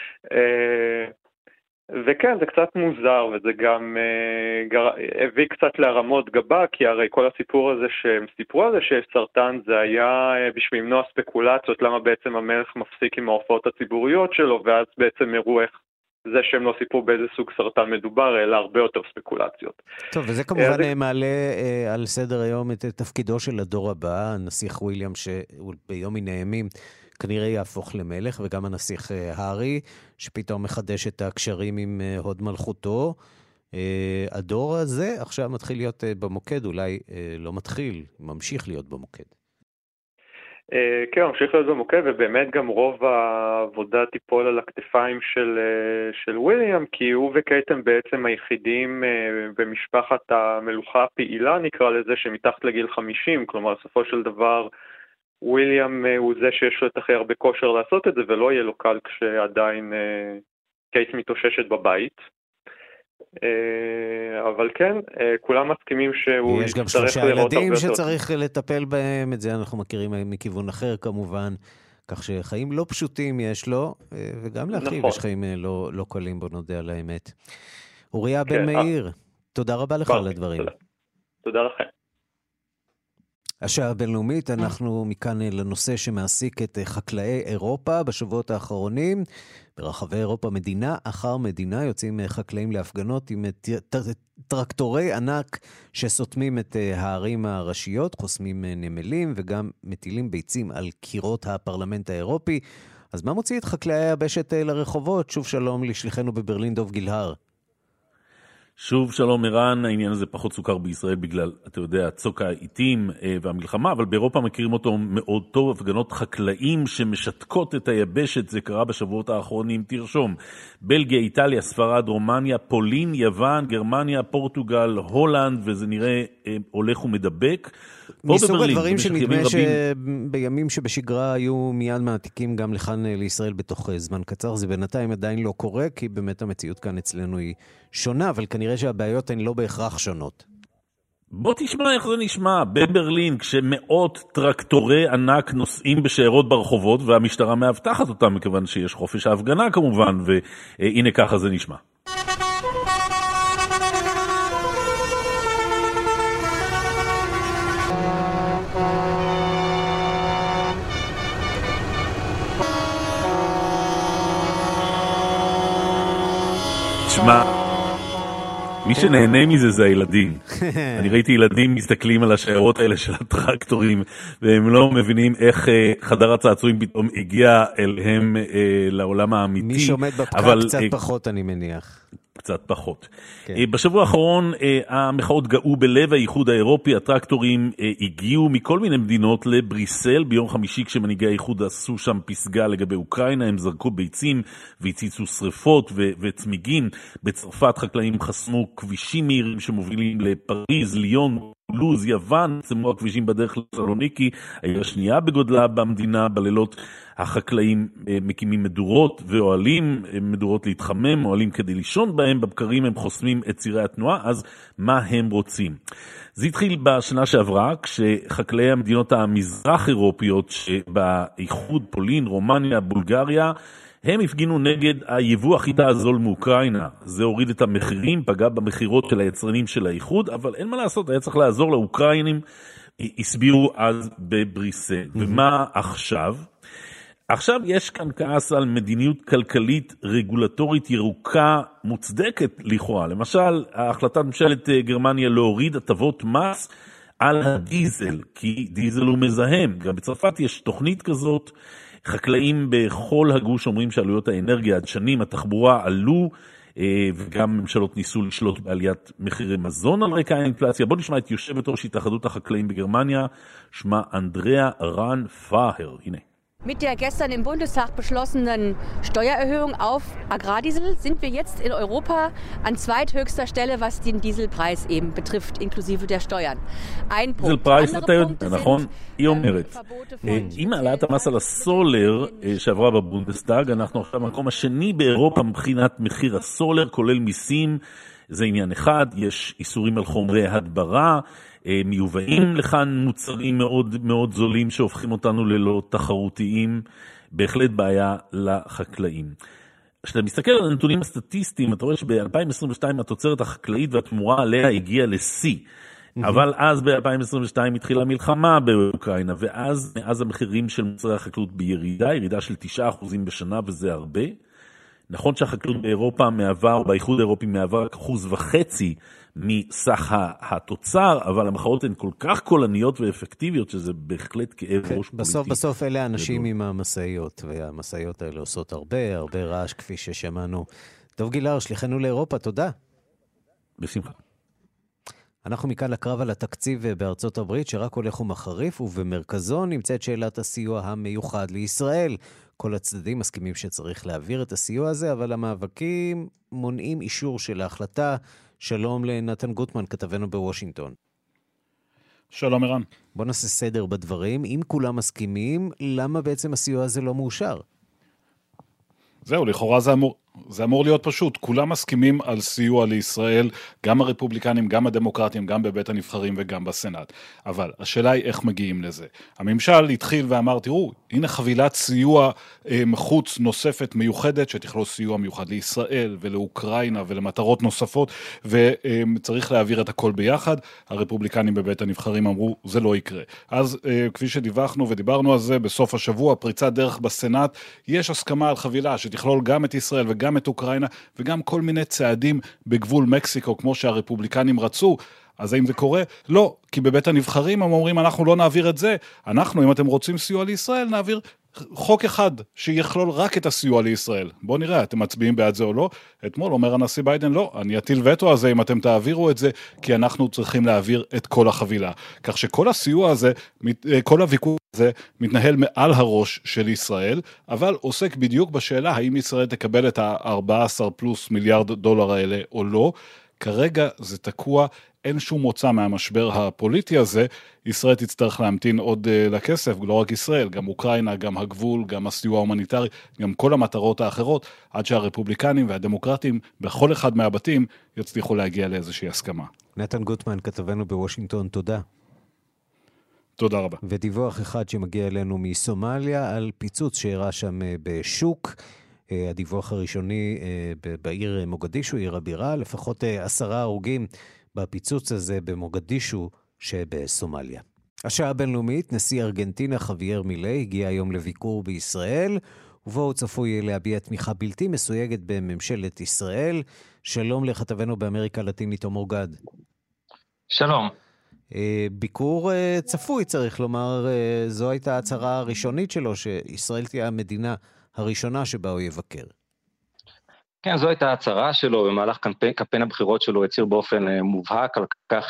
וכן, זה קצת מוזר, וזה גם הביא קצת להרמות גבה, כי הרי כל הסיפור הזה שהם סיפרו על זה שיש סרטן, זה היה בשביל למנוע ספקולציות, למה בעצם המלך מפסיק עם ההופעות הציבוריות שלו, ואז בעצם הראו איך זה שהם לא סיפרו באיזה סוג סרטן מדובר, אלא הרבה יותר ספקולציות. טוב, וזה כמובן מעלה על סדר היום את תפקידו של הדור הבא, הנסיך וויליאם, שביום מן הימים כנראה יהפוך למלך, וגם הנסיך הארי, שפתאום מחדש את הקשרים עם הוד מלכותו. הדור הזה עכשיו מתחיל להיות במוקד, אולי לא מתחיל, ממשיך להיות במוקד. כן, ממשיך להיות במוקד, ובאמת גם רוב העבודה תיפול על הכתפיים של וויליאם, כי הוא וקייט הם בעצם היחידים במשפחת המלוכה הפעילה, נקרא לזה, שמתחת לגיל 50, כלומר, בסופו של דבר, וויליאם הוא זה שיש לו את הכי הרבה כושר לעשות את זה, ולא יהיה לו קל כשעדיין קייט מתאוששת בבית. אבל כן, כולם מסכימים שהוא יש גם 3 ילדים שצריך לטפל בהם, את זה אנחנו מכירים מכיוון אחר כמובן, כך שחיים לא פשוטים יש לו, וגם לאחיו יש חיים לא קלים, בוא נודה על האמת. אוריה בן מאיר, תודה רבה לך על הדברים. תודה לכם. השעה הבינלאומית, אנחנו מכאן לנושא שמעסיק את חקלאי אירופה בשבועות האחרונים. ברחבי אירופה מדינה אחר מדינה יוצאים חקלאים להפגנות עם טרקטורי ענק שסותמים את הערים הראשיות, חוסמים נמלים וגם מטילים ביצים על קירות הפרלמנט האירופי. אז מה מוציא את חקלאי היבשת לרחובות? שוב שלום לשליחנו בברלין דוב גילהר. שוב שלום ערן, העניין הזה פחות סוכר בישראל בגלל, אתה יודע, צוק העיתים והמלחמה, אבל באירופה מכירים אותו מאוד טוב, הפגנות חקלאים שמשתקות את היבשת, זה קרה בשבועות האחרונים, תרשום, בלגיה, איטליה, ספרד, רומניה, פולין, יוון, גרמניה, פורטוגל, הולנד, וזה נראה הולך ומדבק. מסוג הדברים שנדמה שבימים שבשגרה היו מיד מעתיקים גם לכאן לישראל בתוך זמן קצר, זה בינתיים עדיין לא קורה, כי באמת המציאות כאן אצלנו היא שונה, אבל כנראה שהבעיות הן לא בהכרח שונות. בוא תשמע איך זה נשמע, בברלין, כשמאות טרקטורי ענק נוסעים בשיירות ברחובות, והמשטרה מאבטחת אותם, מכיוון שיש חופש ההפגנה כמובן, והנה ככה זה נשמע. תשמע, מי שנהנה מזה זה הילדים. אני ראיתי ילדים מסתכלים על השיירות האלה של הטרקטורים, והם לא מבינים איך חדר הצעצועים פתאום הגיע אליהם לעולם האמיתי. מי שעומד בפקק קצת פחות, אני מניח. קצת פחות. בשבוע האחרון המחאות גאו בלב האיחוד האירופי, הטרקטורים הגיעו מכל מיני מדינות לבריסל ביום חמישי, כשמנהיגי האיחוד עשו שם פסגה לגבי אוקראינה, הם זרקו ביצים והציצו שריפות וצמיגים. בצרפת חקלאים חסמו כבישים מהירים שמובילים לפריז, ליון, לוז, יוון, צמו הכבישים בדרך לסלוניקי, העיר השנייה בגודלה במדינה. בלילות החקלאים מקימים מדורות ואוהלים, מדורות להתחמם, אוהלים כדי לישון בהם, בבקרים הם חוסמים את צירי התנועה. אז מה הם רוצים? זה התחיל בשנה שעברה, כשחקלאי המדינות המזרח אירופיות שבאיחוד, פולין, רומניה, בולגריה, הם הפגינו נגד היבוא החיטה הזול מאוקראינה. זה הוריד את המחירים, פגע במחירות של היצרנים של האיחוד, אבל אין מה לעשות, היה צריך לעזור לאוקראינים, הסבירו אז בבריסל. ומה עכשיו? עכשיו יש כאן כעס על מדיניות כלכלית רגולטורית ירוקה מוצדקת לכאורה. למשל, החלטת ממשלת גרמניה להוריד הטבות מס על הדיזל, כי דיזל הוא מזהם. גם בצרפת יש תוכנית כזאת. חקלאים בכל הגוש אומרים שעלויות האנרגיה עד שנים, התחבורה עלו, וגם ממשלות ניסו לשלוט בעליית מחירי מזון על רקע האינפלציה. בוא נשמע את יושבת ראש התאחדות החקלאים בגרמניה, שמה אנדריאה רן-פאהר. הנה. Mit der gestern im Bundestag beschlossenen Steuererhöhung auf Agrardiesel sind wir jetzt in Europa an zweithöchster Stelle, was den Dieselpreis eben betrifft, inklusive der Steuern. Ein Punkt. Andere Punkte sind היא אומרת, עם העלאת המס על הסולר שעברה בבונדסטאג, אנחנו עכשיו במקום השני באירופה מבחינת מחיר הסולר, כולל מיסים. זה עניין אחד, יש איסורים על חומרי הדברה, מיובאים לכאן מוצרים מאוד מאוד זולים שהופכים אותנו ללא תחרותיים, בהחלט בעיה לחקלאים. כשאתה מסתכל על הנתונים הסטטיסטיים, אתה רואה שב-2022 התוצרת החקלאית והתמורה עליה הגיעה לשיא, אבל אז ב-2022 התחילה מלחמה באוקראינה, ואז מאז המחירים של מוצרי החקלאות בירידה, ירידה של 9% בשנה, וזה הרבה. נכון שהחקלאות באירופה מהווה, או באיחוד האירופי מהווה רק 1.5% מסך התוצר, אבל המחאות הן כל כך קולניות ואפקטיביות, שזה בהחלט כאב ראש פוליטי. בסוף אלה האנשים עם המסעיות, והמסעיות האלה עושות הרבה רעש, כפי ששמענו. דב גילהר, שליחנו לאירופה, תודה. בשמחה. אנחנו מכאן לקרב על התקציב בארצות הברית, שרק הולך ומחריף, ובמרכזו נמצאת שאלת הסיוע המיוחד לישראל. כל הצדדים מסכימים שצריך להעביר את הסיוע הזה, אבל המאבקים מונעים אישור של ההחלטה. שלום לנתן גוטמן, כתבנו בוושינגטון. שלום ערן. בוא נעשה סדר בדברים. אם כולם מסכימים, למה בעצם הסיוע הזה לא מאושר? זהו, לכאורה זה אמור להיות פשוט. כולם מסכימים על סיוע לישראל, גם הרפובליקנים, גם הדמוקרטים, גם בבית הנבחרים וגם בסנאט. אבל השאלה היא איך מגיעים לזה. הממשל התחיל ואמר, תראו, הנה חבילת סיוע מחוץ נוספת מיוחדת, שתכלול סיוע מיוחד לישראל ולאוקראינה ולמטרות נוספות, וצריך להעביר את הכל ביחד. הרפובליקנים בבית הנבחרים אמרו, זה לא יקרה. אז כפי שדיווחנו ודיברנו על זה, בסוף השבוע, פריצת דרך בסנאט, יש הסכמה על חבילה שתכלול גם את ישראל וגם את אוקראינה, וגם כל מיני צעדים בגבול מקסיקו, כמו שהרפובליקנים רצו. אז האם זה קורה? לא, כי בבית הנבחרים הם אומרים, אנחנו לא נעביר את זה. אנחנו, אם אתם רוצים סיוע לישראל, נעביר חוק אחד שיכלול רק את הסיוע לישראל. בואו נראה, אתם מצביעים בעד זה או לא? אתמול אומר הנשיא ביידן, לא, אני אטיל וטו על זה אם אתם תעבירו את זה, כי אנחנו צריכים להעביר את כל החבילה. כך שכל הסיוע הזה, כל הוויכוח הזה, מתנהל מעל הראש של ישראל, אבל עוסק בדיוק בשאלה, האם ישראל תקבל את ה-14 פלוס מיליארד דולר האלה או לא. כרגע זה תקוע, אין שום מוצא מהמשבר הפוליטי הזה, ישראל תצטרך להמתין עוד לכסף, לא רק ישראל, גם אוקראינה, גם הגבול, גם הסיוע ההומניטרי, גם כל המטרות האחרות, עד שהרפובליקנים והדמוקרטים בכל אחד מהבתים יצליחו להגיע לאיזושהי הסכמה. נתן גוטמן, כתבנו בוושינגטון, תודה. תודה רבה. ודיווח אחד שמגיע אלינו מסומליה על פיצוץ שאירע שם בשוק, הדיווח הראשוני בעיר מוגדישו, עיר הבירה, לפחות 10 הרוגים בפיצוץ הזה במוגדישו שבסומליה. השעה הבינלאומית, נשיא ארגנטינה חווייר מילי הגיע היום לביקור בישראל, ובו הוא צפוי להביע תמיכה בלתי מסויגת בממשלת ישראל. שלום לכתבנו באמריקה הלטינית עומר גד. שלום. ביקור צפוי, צריך לומר, זו הייתה הצהרה הראשונית שלו, שישראל תהיה המדינה הראשונה שבה הוא יבקר. כן, זו הייתה הצהרה שלו, במהלך קמפיין הבחירות שלו הצהיר באופן מובהק על כך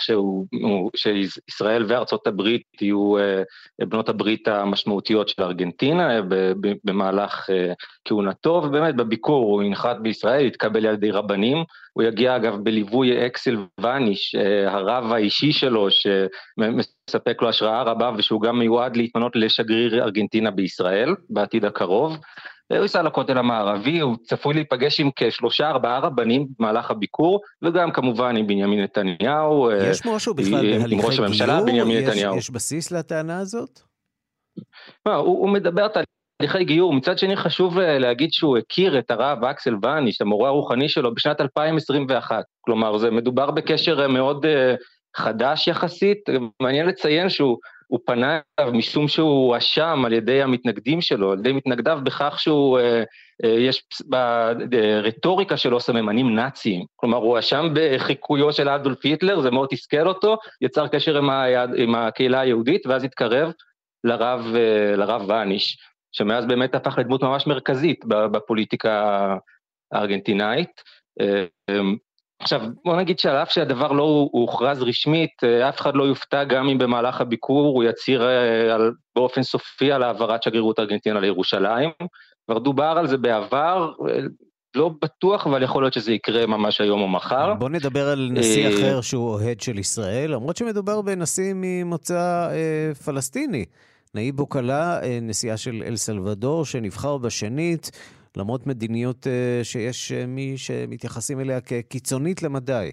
שישראל וארצות הברית יהיו בנות הברית המשמעותיות של ארגנטינה במהלך כהונתו, ובאמת בביקור הוא ינחת בישראל, יתקבל על ידי רבנים, הוא יגיע אגב בליווי אקסל וניש, הרב האישי שלו שמספק לו השראה רבה, ושהוא גם מיועד להתמנות לשגריר ארגנטינה בישראל בעתיד הקרוב. הוא ייסע לכותל המערבי, הוא צפוי להיפגש עם כ3-4 רבנים במהלך הביקור, וגם כמובן עם בנימין נתניהו, יש משהו בכלל עם ראש הממשלה בנימין נתניהו. יש בסיס לטענה הזאת? הוא מדבר על תהליכי גיור, מצד שני חשוב להגיד שהוא הכיר את הרב אקסל וניש, המורה הרוחני שלו, בשנת 2021, כלומר זה מדובר בקשר מאוד חדש יחסית, מעניין לציין שהוא פנה משום שהוא אשם על ידי המתנגדים שלו, על ידי מתנגדיו בכך שהוא, יש ברטוריקה שלו סממנים נאציים, כלומר הוא אשם בחיקויו של אדולף היטלר, זה מאוד תסכל אותו, יצר קשר עם הקהילה היהודית, ואז התקרב לרב וניש, שמאז באמת הפך לדמות ממש מרכזית בפוליטיקה הארגנטינאית. עכשיו, בוא נגיד שעל אף שהדבר לא הוכרז רשמית, אף אחד לא יופתע גם אם במהלך הביקור הוא יציר באופן סופי על העברת שגרירות ארגנטינה לירושלים. כבר דובר על זה בעבר, לא בטוח, אבל יכול להיות שזה יקרה ממש היום או מחר. בוא נדבר על נשיא אחר שהוא אוהד של ישראל, למרות שמדובר בנשיא ממוצא פלסטיני. נאיב בוקלה, נשיאה של אל סלבדור, שנבחר בשנית, למרות מדיניות שיש מי שמתייחסים אליה כקיצונית למדי.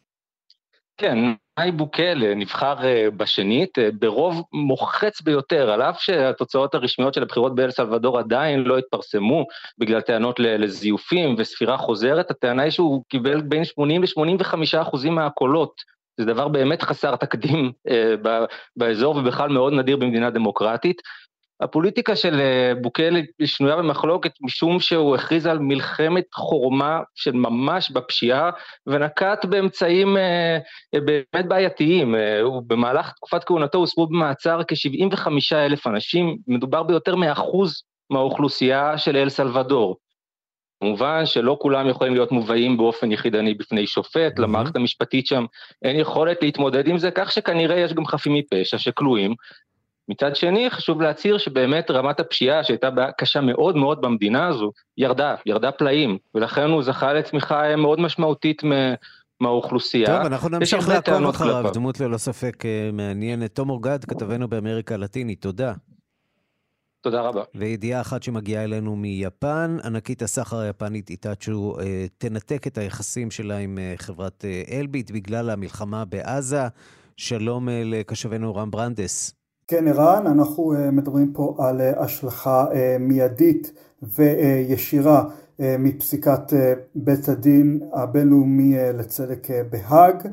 כן, נאיב בוקלה נבחר בשנית, ברוב מוחץ ביותר, על אף שהתוצאות הרשמיות של הבחירות באל סלבדור עדיין לא התפרסמו, בגלל טענות לזיופים וספירה חוזרת, הטענה היא שהוא קיבל בין 80-85% מהקולות, זה דבר באמת חסר תקדים באזור ובכלל מאוד נדיר במדינה דמוקרטית. הפוליטיקה של בוקלה שנויה במחלוקת משום שהוא הכריז על מלחמת חורמה של ממש בפשיעה ונקט באמצעים באמת בעייתיים. במהלך תקופת כהונתו הוסרו במעצר כ-75,000 אנשים, מדובר ביותר מ1% מהאוכלוסייה של אל סלבדור. כמובן שלא כולם יכולים להיות מובאים באופן יחידני בפני שופט, למערכת המשפטית שם אין יכולת להתמודד עם זה, כך שכנראה יש גם חפים מפשע שכלואים. מצד שני חשוב להצהיר שבאמת רמת הפשיעה שהייתה קשה מאוד מאוד במדינה הזו, ירדה פלאים, ולכן הוא זכה לצמיחה מאוד משמעותית מהאוכלוסייה. טוב, אנחנו נמשיך לעקוב אחריו, דמות ללא ספק מעניינת. תומר גד, כתבנו באמריקה הלטינית, תודה. תודה רבה. וידיעה אחת שמגיעה אלינו מיפן, ענקית הסחר היפנית איטאצ'ו תנתק את היחסים שלה עם חברת אלביט בגלל המלחמה בעזה. שלום לקשבנו רם ברנדס. כן, ערן, אנחנו מדברים פה על השלכה מיידית וישירה מפסיקת בית הדין הבינלאומי לצדק בהאג.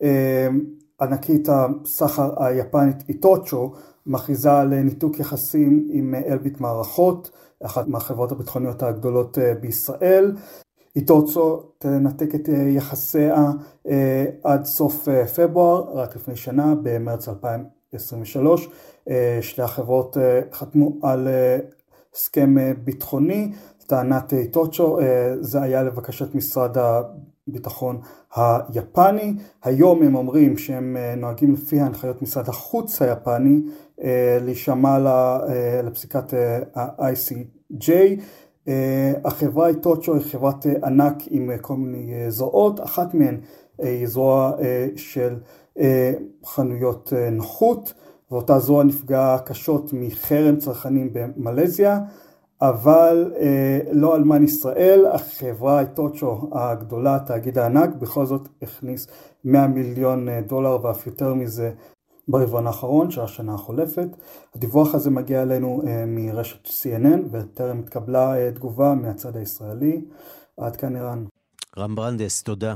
ענקית הסחר היפנית איטאצ'ו מכריזה על ניתוק יחסים עם אלביט מערכות, אחת מהחברות הביטחוניות הגדולות בישראל. איטאצ'ו תנתק את יחסיה עד סוף פברואר, רק לפני שנה, במרץ 2023. שתי החברות חתמו על הסכם ביטחוני. טענת איטוצ'ו, זה היה לבקשת משרד הביטחון היפני. היום הם אומרים שהם נוהגים לפי הנחיות משרד החוץ היפני להישמע לפסיקת ה-ICJ. החברה איטוצ'ו היא חברת ענק עם כל מיני זרועות, אחת מהן היא זרוע של חנויות נוחות, ואותה זרוע נפגעה קשות מחרם צרכנים במלזיה, אבל לא אלמן ישראל. החברה איטוצ'ו הגדולה, תאגיד הענק, בכל זאת הכניס $100 מיליון ואף יותר מזה ברבעון האחרון של השנה החולפת. הדיווח הזה מגיע אלינו מרשת CNN וטרם התקבלה תגובה מהצד הישראלי. עד כאן ערן. רם ברנדס, תודה.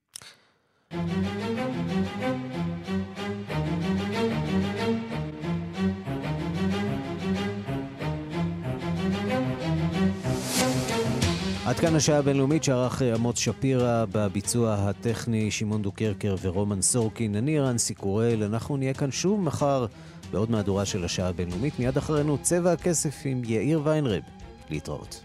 עד כאן השעה הבינלאומית שערך עמוס שפירא, בביצוע הטכני שמעון דוקרקר ורומן סורקין. אני ערן סיקורל, אנחנו נהיה כאן שוב מחר בעוד מהדורה של השעה הבינלאומית. מיד אחרינו צבע הכסף עם יאיר ויינרב. להתראות.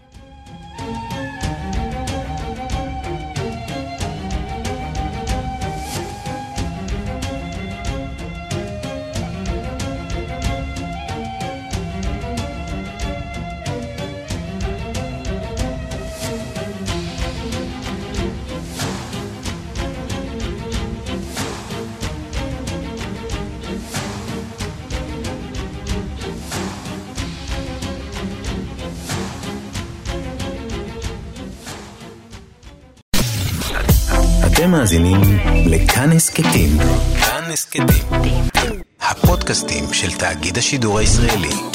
אתם מאזינים לכאן הסכתים. כאן הסכתים, הפודקאסטים של תאגיד השידור הישראלי.